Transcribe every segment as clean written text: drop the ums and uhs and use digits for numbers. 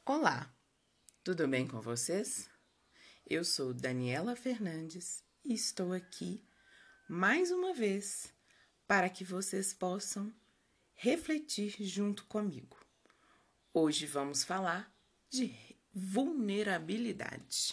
Olá, tudo bem com vocês? Eu sou Daniela Fernandes e estou aqui mais uma vez para que vocês possam refletir junto comigo. Hoje vamos falar de vulnerabilidade.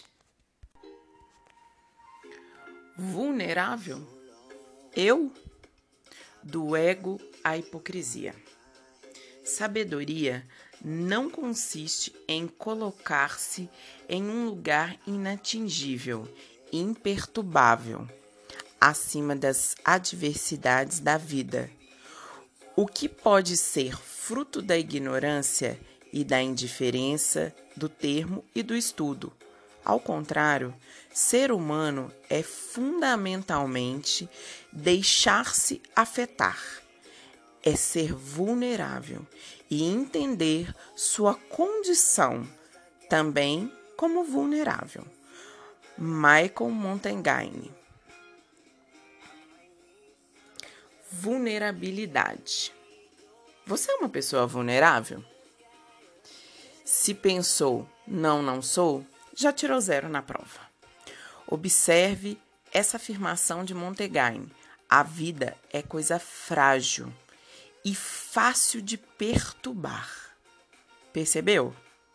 Vulnerável? Eu? Do ego à hipocrisia. Sabedoria não consiste em colocar-se em um lugar inatingível, imperturbável, acima das adversidades da vida, o que pode ser fruto da ignorância e da indiferença, do termo e do estudo. Ao contrário, ser humano é fundamentalmente deixar-se afetar. É ser vulnerável e entender sua condição também como vulnerável. Michael Montaigne. Vulnerabilidade. Você é uma pessoa vulnerável? Se pensou, não sou, já tirou 0 na prova. Observe essa afirmação de Montaigne. A vida é coisa frágil e fácil de perturbar. Percebeu?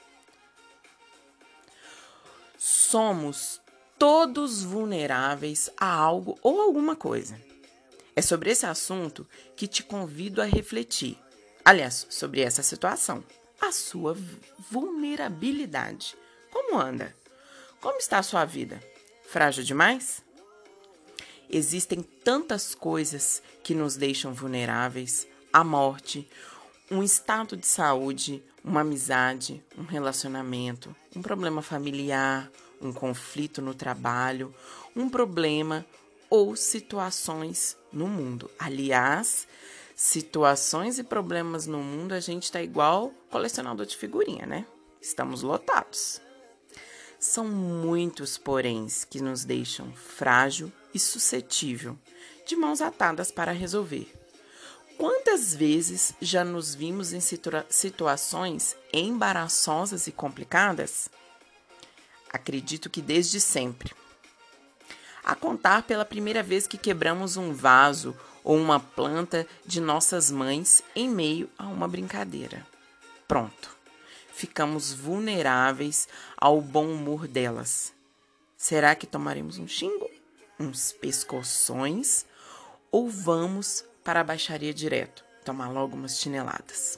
Somos todos vulneráveis a algo ou alguma coisa. É sobre esse assunto que te convido a refletir. Aliás, sobre essa situação. A sua vulnerabilidade. Como anda? Como está a sua vida? Frágil demais? Existem tantas coisas que nos deixam vulneráveis. A morte, um estado de saúde, uma amizade, um relacionamento, um problema familiar, um conflito no trabalho, um problema ou situações no mundo. Aliás, situações e problemas no mundo a gente está igual colecionador de figurinha, né? Estamos lotados. São muitos poréns que nos deixam frágil e suscetível, de mãos atadas para resolver. Quantas vezes já nos vimos em situações embaraçosas e complicadas? Acredito que desde sempre. A contar pela primeira vez que quebramos um vaso ou uma planta de nossas mães em meio a uma brincadeira. Pronto. Ficamos vulneráveis ao bom humor delas. Será que tomaremos um xingo? Uns pescoções? Ou vamos para a baixaria direto, tomar logo umas chineladas?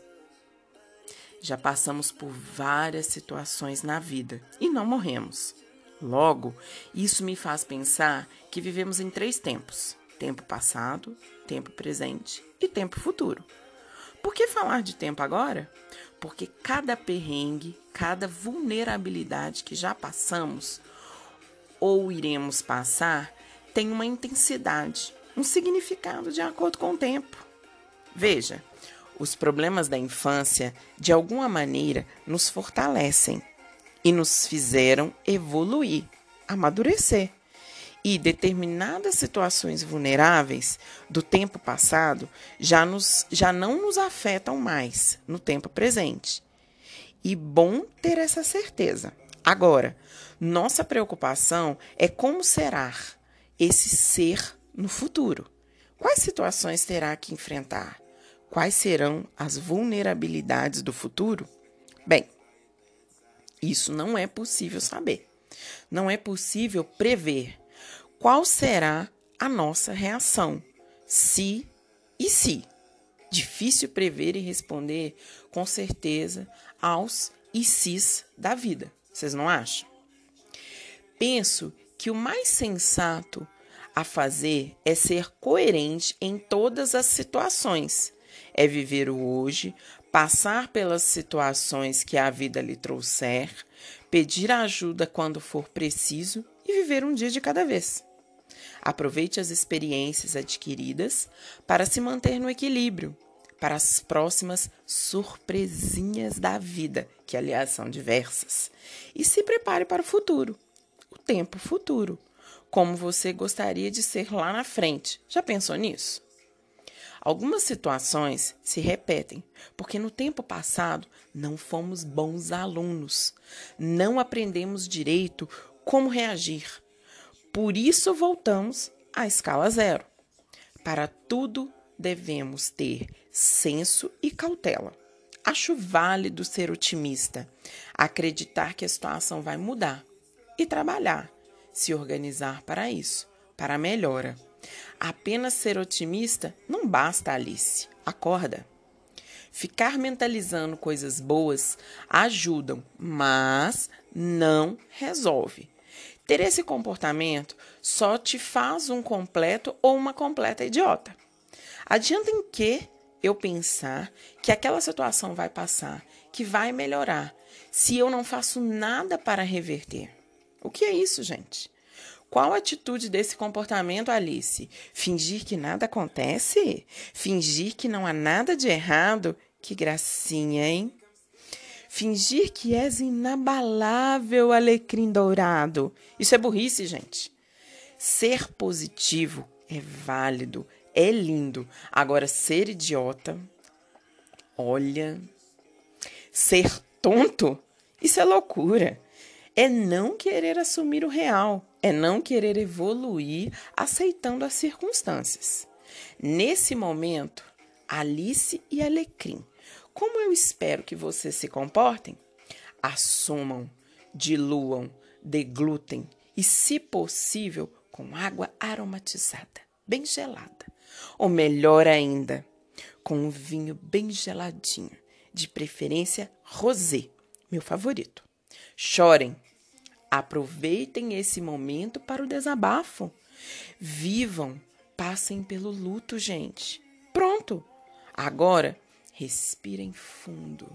Já passamos por várias situações na vida e não morremos. Logo, isso me faz pensar que vivemos em 3 tempos: tempo passado, tempo presente e tempo futuro. Por que falar de tempo agora? Porque cada perrengue, cada vulnerabilidade que já passamos ou iremos passar tem uma intensidade, um significado de acordo com o tempo. Veja, os problemas da infância, de alguma maneira, nos fortalecem e nos fizeram evoluir, amadurecer. E determinadas situações vulneráveis do tempo passado já não nos afetam mais no tempo presente. E bom ter essa certeza. Agora, nossa preocupação é como será esse ser no futuro. Quais situações terá que enfrentar? Quais serão as vulnerabilidades do futuro? Bem, isso não é possível saber. Não é possível prever. Qual será a nossa reação? Se e se. Difícil prever e responder com certeza aos e sis da vida. Vocês não acham? Penso que o mais sensato a fazer é ser coerente em todas as situações. É viver o hoje, passar pelas situações que a vida lhe trouxer, pedir ajuda quando for preciso e viver um dia de cada vez. Aproveite as experiências adquiridas para se manter no equilíbrio, para as próximas surpresinhas da vida, que aliás são diversas. E se prepare para o futuro, o tempo futuro, como você gostaria de ser lá na frente. Já pensou nisso? Algumas situações se repetem, porque no tempo passado não fomos bons alunos, não aprendemos direito como reagir. Por isso voltamos à escala zero. Para tudo devemos ter senso e cautela. Acho válido ser otimista, acreditar que a situação vai mudar e trabalhar, se organizar para isso, para a melhora. Apenas ser otimista não basta, Alice. Acorda. Ficar mentalizando coisas boas ajudam, mas não resolve. Ter esse comportamento só te faz um completo ou uma completa idiota. Adianta em que eu pensar que aquela situação vai passar, que vai melhorar, se eu não faço nada para reverter? O que é isso, gente? Qual a atitude desse comportamento, Alice? Fingir que nada acontece? Fingir que não há nada de errado? Que gracinha, hein? Fingir que és inabalável, alecrim dourado. Isso é burrice, gente. Ser positivo é válido, é lindo. Agora, ser idiota, olha, ser tonto, isso é loucura. É não querer assumir o real, é não querer evoluir aceitando as circunstâncias. Nesse momento, Alice e Alecrim, como eu espero que vocês se comportem? Assumam, diluam, deglutem e, se possível, com água aromatizada, bem gelada. Ou melhor ainda, com um vinho bem geladinho, de preferência rosé, meu favorito. Chorem, aproveitem esse momento para o desabafo. Vivam, passem pelo luto, gente. Pronto! Agora, respirem fundo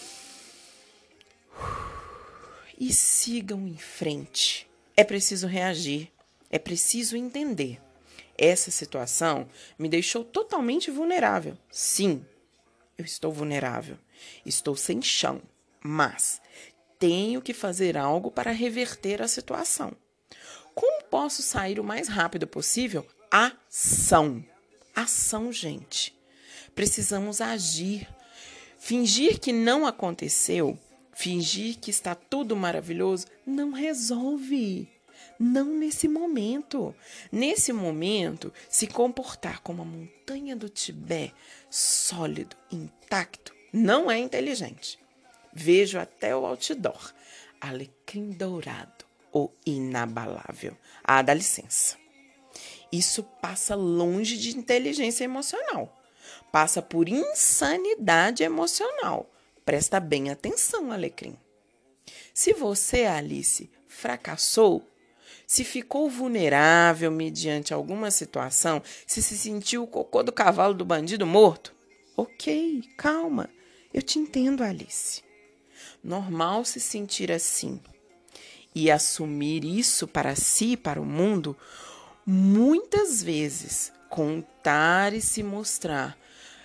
e sigam em frente. É preciso reagir, é preciso entender. Essa situação me deixou totalmente vulnerável. Sim, eu estou vulnerável, estou sem chão, mas tenho que fazer algo para reverter a situação. Como posso sair o mais rápido possível? Ação. Ação, gente. Precisamos agir. Fingir que não aconteceu, fingir que está tudo maravilhoso, não resolve. Não nesse momento. Nesse momento, se comportar como a montanha do Tibete, sólido, intacto, não é inteligente. Vejo até o outdoor. Alecrim dourado, o inabalável. Ah, dá licença. Isso passa longe de inteligência emocional. Passa por insanidade emocional. Presta bem atenção, Alecrim. Se você, Alice, fracassou, se ficou vulnerável mediante alguma situação, se sentiu o cocô do cavalo do bandido morto, ok, calma, eu te entendo, Alice. Normal se sentir assim. E assumir isso para si e para o mundo, muitas vezes contar e se mostrar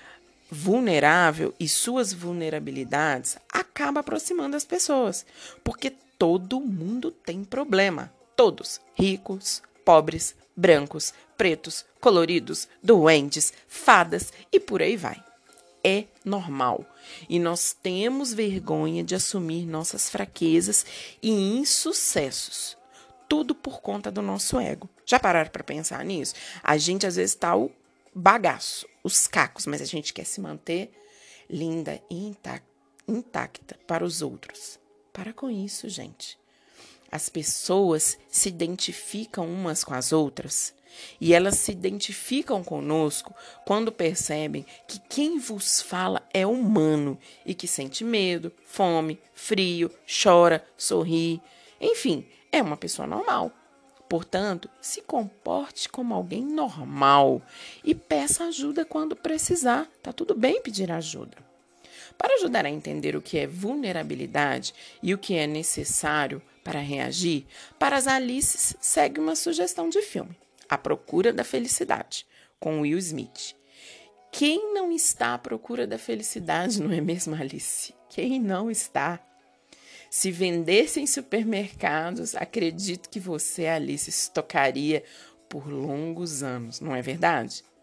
vulnerável e suas vulnerabilidades acaba aproximando as pessoas, porque todo mundo tem problema. Todos, ricos, pobres, brancos, pretos, coloridos, doentes, fadas e por aí vai. É normal. E nós temos vergonha de assumir nossas fraquezas e insucessos. Tudo por conta do nosso ego. Já pararam para pensar nisso? A gente às vezes tá o bagaço, os cacos, mas a gente quer se manter linda e intacta para os outros. Para com isso, gente. As pessoas se identificam umas com as outras e elas se identificam conosco quando percebem que quem vos fala é humano e que sente medo, fome, frio, chora, sorri, enfim, é uma pessoa normal. Portanto, se comporte como alguém normal e peça ajuda quando precisar. Tá tudo bem pedir ajuda. Para ajudar a entender o que é vulnerabilidade e o que é necessário para reagir, para as Alices segue uma sugestão de filme, A Procura da Felicidade, com Will Smith. Quem não está à procura da felicidade, não é mesmo, Alice? Quem não está? Se vendesse em supermercados, acredito que você, Alice, estocaria por longos anos, não é verdade?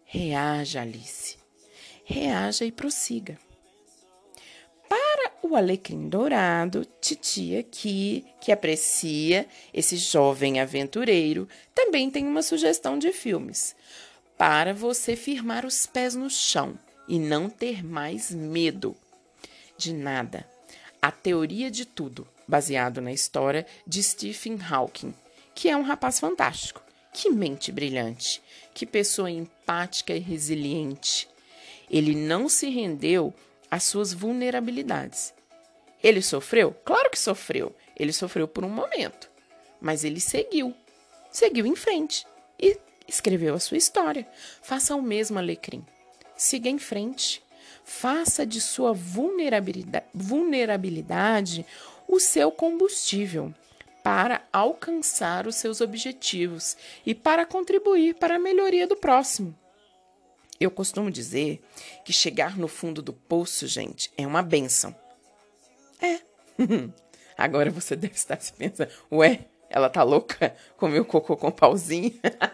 Reaja, Alice. Reaja e prossiga. Para o alecrim dourado, titia aqui, que aprecia esse jovem aventureiro, também tem uma sugestão de filmes. Para você firmar os pés no chão e não ter mais medo de nada. A Teoria de Tudo, baseado na história de Stephen Hawking, que é um rapaz fantástico. Que mente brilhante, que pessoa empática e resiliente. Ele não se rendeu às suas vulnerabilidades. Ele sofreu? Claro que sofreu. Ele sofreu por um momento, mas ele seguiu em frente e escreveu a sua história. Faça o mesmo, Alecrim. Siga em frente. Faça de sua vulnerabilidade o seu combustível para alcançar os seus objetivos e para contribuir para a melhoria do próximo. Eu costumo dizer que chegar no fundo do poço, gente, é uma bênção. É. Agora você deve estar se pensando, ué, ela tá louca? Comeu cocô com pauzinho?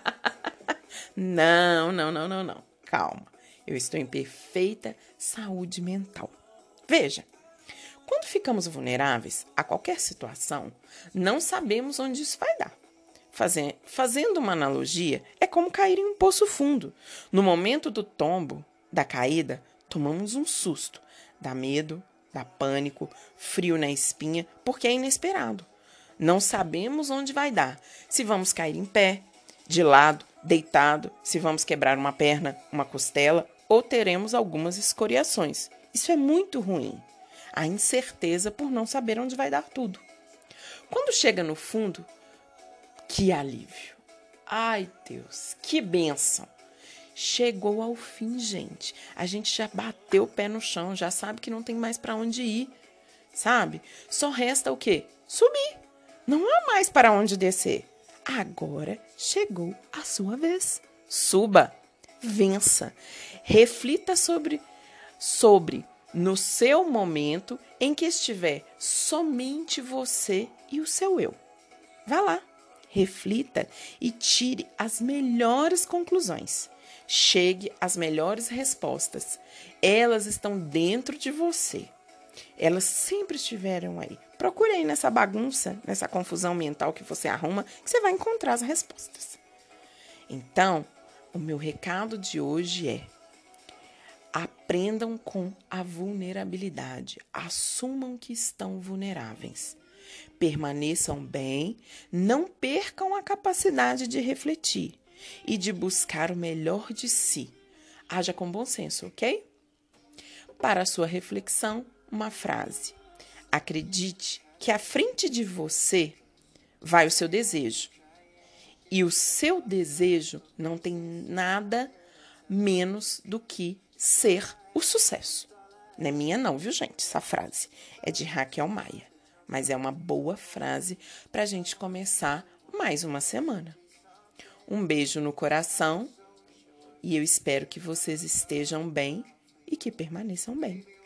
Não. Calma. Eu estou em perfeita saúde mental. Veja, quando ficamos vulneráveis a qualquer situação, não sabemos onde isso vai dar. Fazendo uma analogia, é como cair em um poço fundo. No momento do tombo, da caída, tomamos um susto. Dá medo, dá pânico, frio na espinha, porque é inesperado. Não sabemos onde vai dar. Se vamos cair em pé, de lado, deitado, se vamos quebrar uma perna, uma costela, ou teremos algumas escoriações. Isso é muito ruim. A incerteza por não saber onde vai dar tudo. Quando chega no fundo, que alívio. Ai, Deus, que bênção. Chegou ao fim, gente. A gente já bateu o pé no chão, já sabe que não tem mais para onde ir, sabe? Só resta o quê? Subir. Não há mais para onde descer. Agora chegou a sua vez. Suba, vença, reflita sobre no seu momento em que estiver somente você e o seu eu. Vá lá, reflita e tire as melhores conclusões. Chegue às melhores respostas. Elas estão dentro de você. Elas sempre estiveram aí. Procure aí nessa bagunça, nessa confusão mental que você arruma, que você vai encontrar as respostas. Então, o meu recado de hoje é: aprendam com a vulnerabilidade. Assumam que estão vulneráveis. Permaneçam bem, não percam a capacidade de refletir e de buscar o melhor de si. Haja com bom senso, ok? Para a sua reflexão, uma frase. Acredite que à frente de você vai o seu desejo. E o seu desejo não tem nada menos do que ser o sucesso. Não é minha não, viu, gente? Essa frase é de Raquel Maia. Mas é uma boa frase para a gente começar mais uma semana. Um beijo no coração e eu espero que vocês estejam bem e que permaneçam bem.